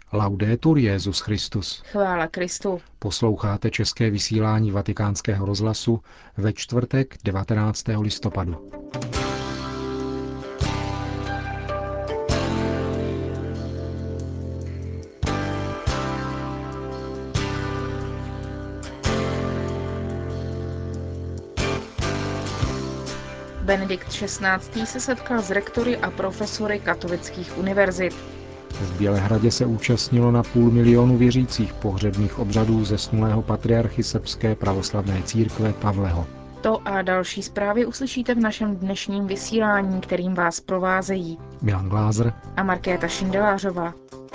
Laudetur Jesus Christus. Chvála Kristu. Posloucháte české vysílání Vatikánského rozhlasu ve čtvrtek 19. listopadu. Benedikt XVI. Se setkal s rektory a profesory katolických univerzit. V Bělehradě se účastnilo na 500 000 věřících pohřebních obřadů zesnulého patriarchy srbské pravoslavné církve Pavleho. To a další zprávy uslyšíte v našem dnešním vysílání, kterým vás provázejí Milan Glázer a Markéta Šindelářová.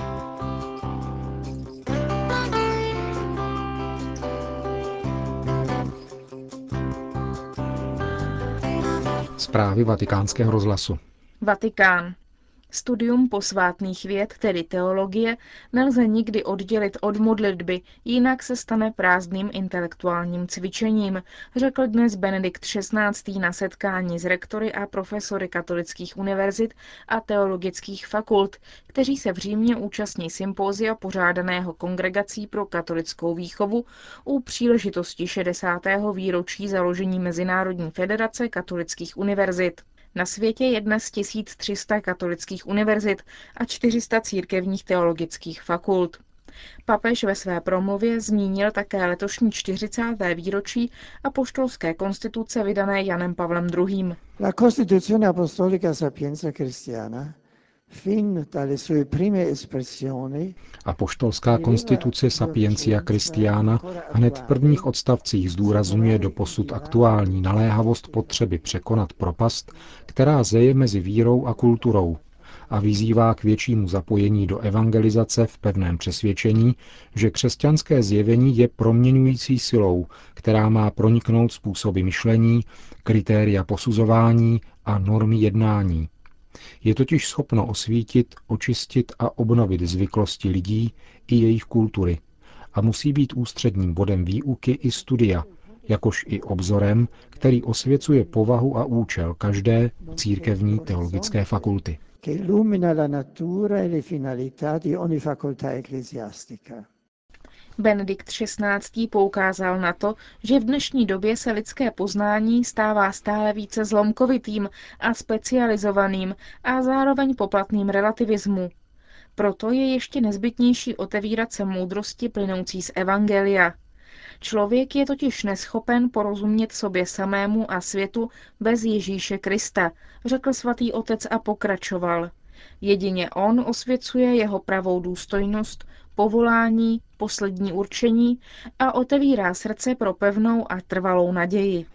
Zprávy Vatikánského rozhlasu. Vatikán. Studium posvátných věd, tedy teologie, nelze nikdy oddělit od modlitby, jinak se stane prázdným intelektuálním cvičením, řekl dnes Benedikt XVI. Na setkání s rektory a profesory katolických univerzit a teologických fakult, kteří se v Římě účastní sympózia pořádaného Kongregací pro katolickou výchovu u příležitosti 60. výročí založení Mezinárodní federace katolických univerzit. Na světě je dnes 1300 katolických univerzit a 400 církevních teologických fakult. Papež ve své promluvě zmínil také letošní 40. výročí apoštolské konstituce vydané Janem Pavlem II. La Costituzione Apostolica Sapienza Cristiana, fin dalle sue prime espressioni, Apoštolská konstituce Sapientia Christiana hned v prvních odstavcích zdůrazňuje doposud aktuální naléhavost potřeby překonat propast, která zeje mezi vírou a kulturou, a vyzývá k většímu zapojení do evangelizace v pevném přesvědčení, že křesťanské zjevení je proměňující silou, která má proniknout způsoby myšlení, kritéria posuzování a normy jednání. Je totiž schopno osvítit, očistit a obnovit zvyklosti lidí i jejich kultury a musí být ústředním bodem výuky i studia, jakož i obzorem, který osvěcuje povahu a účel každé církevní teologické fakulty. Benedikt XVI. Poukázal na to, že v dnešní době se lidské poznání stává stále více zlomkovitým a specializovaným a zároveň poplatným relativismu. Proto je ještě nezbytnější otevírat se moudrosti plynoucí z evangelia. Člověk je totiž neschopen porozumět sobě samému a světu bez Ježíše Krista, řekl svatý otec a pokračoval. Jedině on osvěcuje jeho pravou důstojnost, povolání, poslední určení a otevírá srdce pro pevnou a trvalou naději.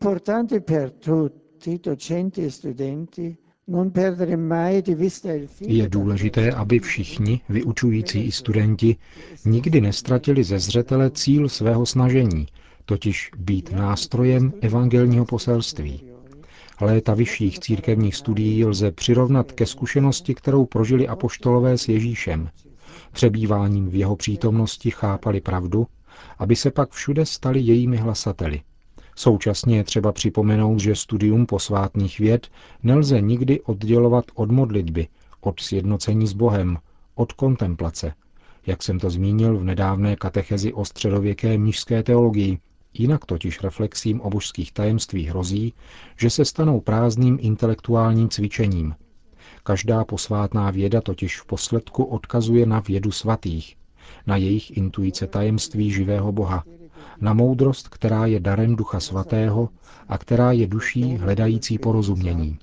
Je důležité, aby všichni, vyučující i studenti, nikdy nestratili ze zřetele cíl svého snažení, totiž být nástrojem evangelního poselství. Léta vyšších církevních studií lze přirovnat ke zkušenosti, kterou prožili apoštolové s Ježíšem. Přebýváním v jeho přítomnosti chápali pravdu, aby se pak všude stali jejími hlasateli. Současně je třeba připomenout, že studium posvátných věd nelze nikdy oddělovat od modlitby, od sjednocení s Bohem, od kontemplace, jak jsem to zmínil v nedávné katechezi o středověké mnišské teologii. Jinak totiž reflexím o božských tajemstvích hrozí, že se stanou prázdným intelektuálním cvičením. Každá posvátná věda totiž v posledku odkazuje na vědu svatých, na jejich intuice tajemství živého Boha, na moudrost, která je darem Ducha Svatého a která je duší hledající porozumění.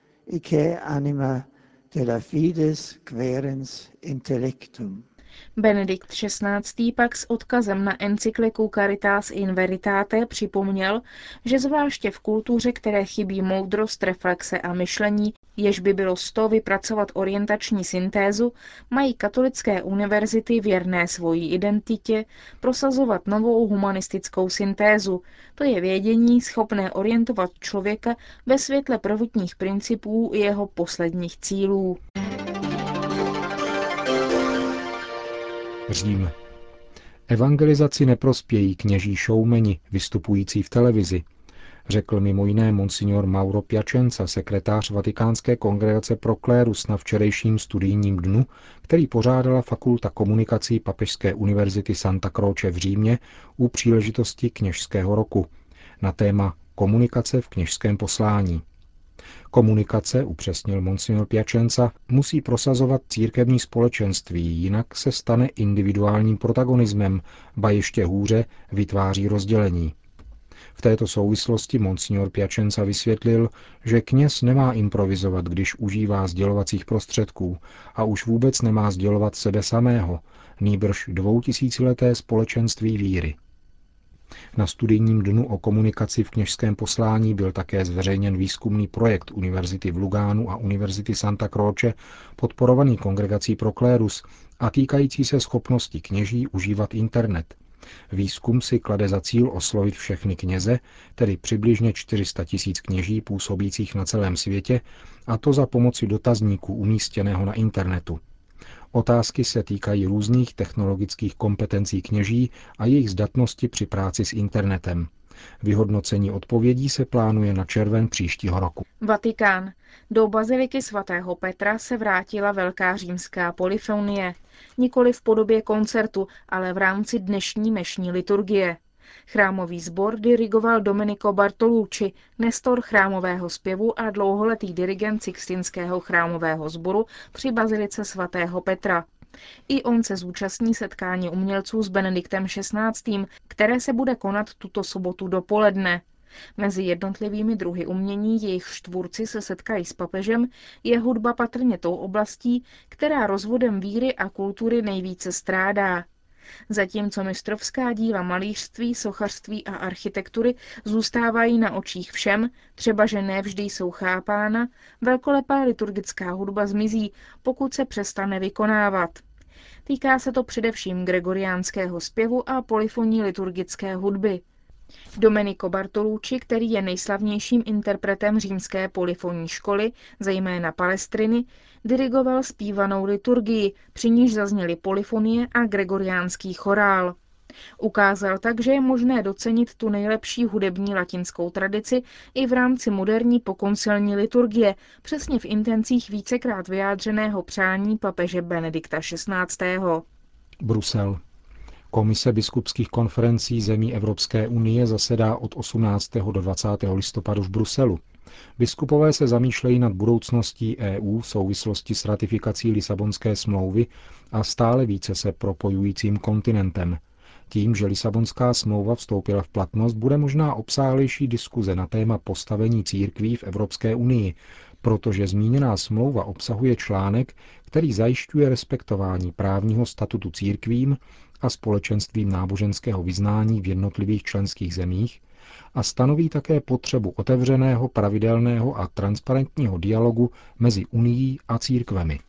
Benedikt XVI. Pak s odkazem na encykliku Caritas in Veritate připomněl, že zvláště v kultuře, které chybí moudrost, reflexe a myšlení, jež by bylo 100 vypracovat orientační syntézu, mají katolické univerzity věrné svojí identitě prosazovat novou humanistickou syntézu, to je vědění schopné orientovat člověka ve světle prvotních principů i jeho posledních cílů. Řím. Evangelizaci neprospějí kněží showmeni vystupující v televizi. řekl mimo jiné monsignor Mauro Piacenza, sekretář Vatikánské kongregace pro klérus na včerejším studijním dnu, který pořádala Fakulta komunikací Papežské univerzity Santa Croce v Římě u příležitosti kněžského roku na téma komunikace v kněžském poslání. Komunikace, upřesnil monsignor Piacenza, musí prosazovat církevní společenství, jinak se stane individuálním protagonismem, ba ještě hůře vytváří rozdělení. V této souvislosti monsignor Piacenza vysvětlil, že kněz nemá improvizovat, když užívá sdělovacích prostředků a už vůbec nemá sdělovat sebe samého, nýbrž 2000leté společenství víry. Na studijním dnu o komunikaci v kněžském poslání byl také zveřejněn výzkumný projekt Univerzity v Lugánu a Univerzity Santa Croce, podporovaný Kongregací pro klérus a týkající se schopnosti kněží užívat internet. Výzkum si klade za cíl oslovit všechny kněze, tedy přibližně 400 000 kněží působících na celém světě, a to za pomoci dotazníku umístěného na internetu. Otázky se týkají různých technologických kompetencí kněží a jejich zdatnosti při práci s internetem. Vyhodnocení odpovědí se plánuje na červen příštího roku. Vatikán. Do baziliky svatého Petra se vrátila velká římská polyfonie. Nikoli v podobě koncertu, ale v rámci dnešní mešní liturgie. Chrámový sbor dirigoval Domenico Bartolucci, nestor chrámového zpěvu a dlouholetý dirigent Sixtinského chrámového sboru při bazilice svatého Petra. I on se zúčastní setkání umělců s Benediktem XVI., které se bude konat tuto sobotu dopoledne. Mezi jednotlivými druhy umění, jejichž tvůrci se setkají s papežem, je hudba patrně tou oblastí, která rozvodem víry a kultury nejvíce strádá. Zatímco mistrovská díla malířství, sochařství a architektury zůstávají na očích všem, třeba že ne vždy jsou chápána, velkolepá liturgická hudba zmizí, pokud se přestane vykonávat. Týká se to především gregoriánského zpěvu a polyfonní liturgické hudby. Domenico Bartolucci, který je nejslavnějším interpretem římské polyfonní školy, zejména Palestriny, dirigoval zpívanou liturgii, při níž zazněly polyfonie a gregoriánský chorál. Ukázal tak, že je možné docenit tu nejlepší hudební latinskou tradici i v rámci moderní pokoncilní liturgie, přesně v intencích vícekrát vyjádřeného přání papeže Benedikta XVI. Brusel. Komise biskupských konferencí zemí Evropské unie zasedá od 18. do 20. listopadu v Bruselu. Biskupové se zamýšlejí nad budoucností EU v souvislosti s ratifikací Lisabonské smlouvy a stále více se propojujícím kontinentem. Tím, že Lisabonská smlouva vstoupila v platnost, bude možná obsáhlejší diskuze na téma postavení církví v Evropské unii, protože zmíněná smlouva obsahuje článek, který zajišťuje respektování právního statutu církvím a společenstvím náboženského vyznání v jednotlivých členských zemích a stanoví také potřebu otevřeného, pravidelného a transparentního dialogu mezi Unií a církvemi.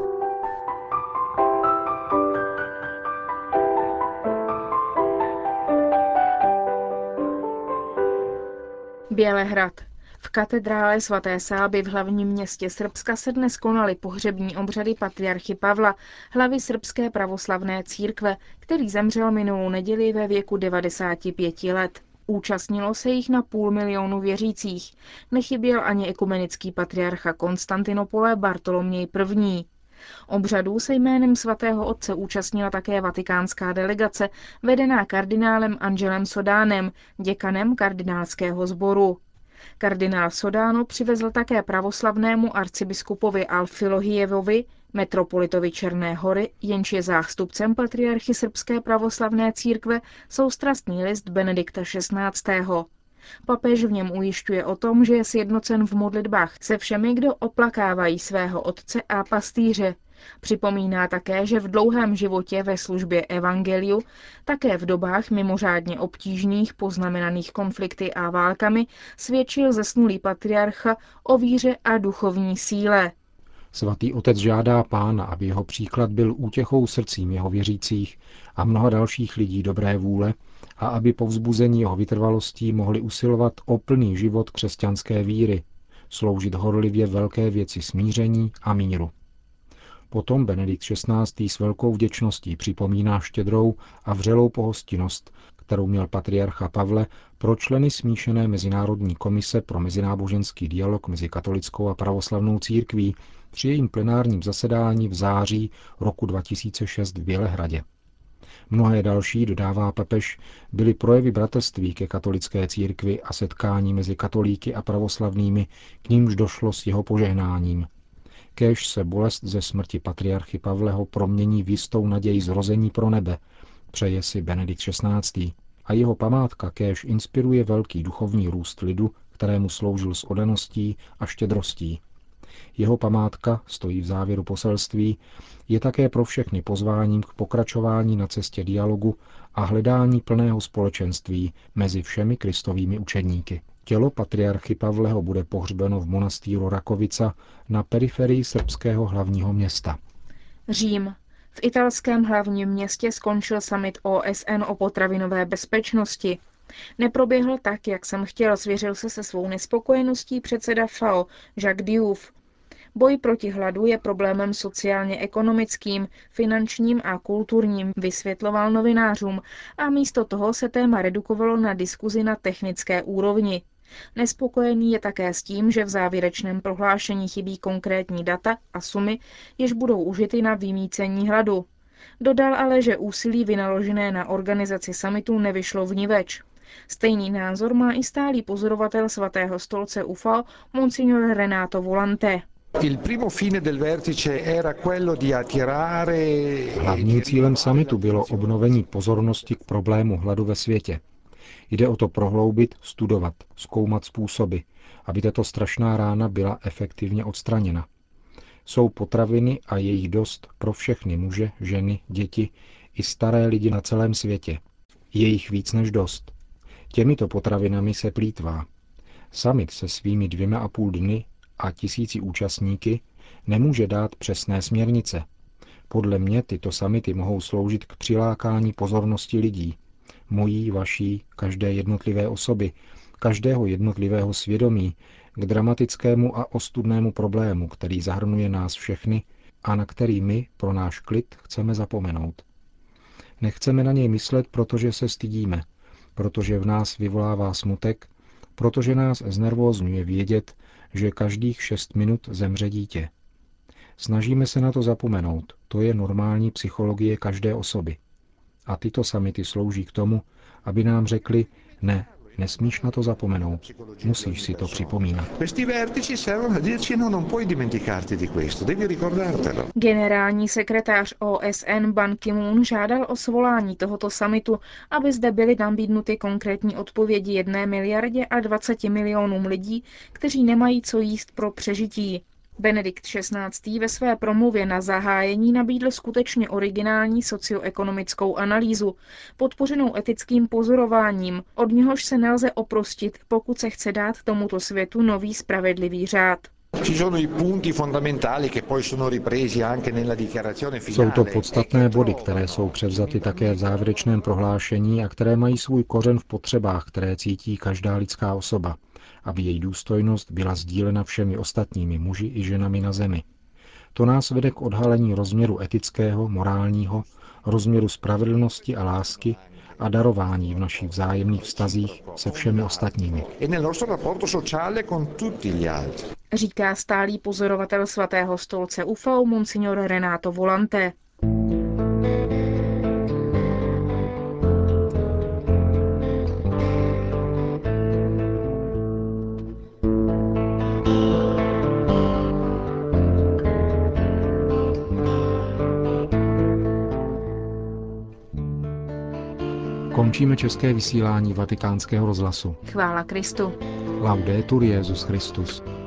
Bělehrad. V katedrále svaté Sáby v hlavním městě Srbska se dnes konaly pohřební obřady patriarchy Pavla, hlavy srbské pravoslavné církve, který zemřel minulou neděli ve věku 95 let. Účastnilo se jich na 500 000 věřících. Nechyběl ani ekumenický patriarcha Konstantinopole Bartoloměj I. Obřadů se jménem svatého otce účastnila také vatikánská delegace, vedená kardinálem Angelem Sodánem, děkanem kardinálského sboru. Kardinál Sodano přivezl také pravoslavnému arcibiskupovi Alfilohijevovi, metropolitovi Černé Hory, jenž je zástupcem patriarchy srbské pravoslavné církve, soustrastný list Benedikta XVI. Papež v něm ujišťuje o tom, že je sjednocen v modlitbách se všemi, kdo oplakávají svého otce a pastýře. Připomíná také, že v dlouhém životě ve službě evangeliu, také v dobách mimořádně obtížných, poznamenaných konflikty a válkami, svědčil zesnulý patriarcha o víře a duchovní síle. Svatý otec žádá Pána, aby jeho příklad byl útěchou srdcím jeho věřících a mnoha dalších lidí dobré vůle a aby povzbuzení jeho vytrvalostí mohli usilovat o plný život křesťanské víry, sloužit horlivě velké věci smíření a míru. Potom Benedikt XVI. S velkou vděčností připomíná štědrou a vřelou pohostinnost, kterou měl patriarcha Pavle pro členy smíšené Mezinárodní komise pro mezináboženský dialog mezi katolickou a pravoslavnou církví při jejím plenárním zasedání v září roku 2006 v Bělehradě. Mnohé další, dodává papež, byly projevy bratrství ke katolické církvi a setkání mezi katolíky a pravoslavnými, k nímž došlo s jeho požehnáním. Kéž se bolest ze smrti patriarchy Pavleho promění v jistou naději zrození pro nebe, přeje si Benedikt XVI. A jeho památka kéž inspiruje velký duchovní růst lidu, kterému sloužil s oddaností a štědrostí. Jeho památka, stojí v závěru poselství, je také pro všechny pozváním k pokračování na cestě dialogu a hledání plného společenství mezi všemi kristovými učedníky. Tělo patriarchy Pavleho bude pohřbeno v monastýru Rakovica na periferii srbského hlavního města. Řím. V italském hlavním městě skončil summit OSN o potravinové bezpečnosti. Neproběhl tak, jak jsem chtěl, svěřil se svou nespokojeností předseda FAO Jacques Diouf. Boj proti hladu je problémem sociálně-ekonomickým, finančním a kulturním, vysvětloval novinářům a místo toho se téma redukovalo na diskuzi na technické úrovni. Nespokojený je také s tím, že v závěrečném prohlášení chybí konkrétní data a sumy, jež budou užity na vymýcení hladu. Dodal ale, že úsilí vynaložené na organizaci summitu nevyšlo vniveč. Stejný názor má i stálý pozorovatel Svatého stolce UFO Monsignor Renato Volante. Hlavním cílem summitu bylo obnovení pozornosti k problému hladu ve světě. Jde o to prohloubit, studovat, zkoumat způsoby, aby tato strašná rána byla efektivně odstraněna. Jsou potraviny a jejich dost pro všechny muže, ženy, děti i staré lidi na celém světě. Je jich víc než dost. Těmito potravinami se plýtvá. Summit se svými 2,5 dny a 1000 účastníky nemůže dát přesné směrnice. Podle mě tyto summity mohou sloužit k přilákání pozornosti lidí, mojí, vaší, každé jednotlivé osoby, každého jednotlivého svědomí, k dramatickému a ostudnému problému, který zahrnuje nás všechny a na který my pro náš klid chceme zapomenout. Nechceme na něj myslet, protože se stydíme, protože v nás vyvolává smutek, protože nás znervózňuje vědět, že každých 6 minut zemře dítě. Snažíme se na to zapomenout, to je normální psychologie každé osoby. A tyto summity slouží k tomu, aby nám řekli, ne, nesmíš na to zapomenout, musíš si to připomínat. Generální sekretář OSN Ban Ki-moon žádal o svolání tohoto summitu, aby zde byly nabídnuty konkrétní odpovědi 1 miliardě a 20 milionům lidí, kteří nemají co jíst pro přežití. Benedikt XVI. Ve své promluvě na zahájení nabídl skutečně originální socioekonomickou analýzu, podpořenou etickým pozorováním, od něhož se nelze oprostit, pokud se chce dát tomuto světu nový spravedlivý řád. Jsou to podstatné body, které jsou převzaty také v závěrečném prohlášení a které mají svůj kořen v potřebách, které cítí každá lidská osoba, aby její důstojnost byla sdílena všemi ostatními muži i ženami na zemi. To nás vede k odhalení rozměru etického, morálního, rozměru spravedlnosti a lásky a darování v našich vzájemných vztazích se všemi ostatními. Říká stálý pozorovatel Svatého stolce UFO Monsignor Renato Volante. Končíme české vysílání Vatikánského rozhlasu. Chvála Kristu. Laudetur Jesus Christus.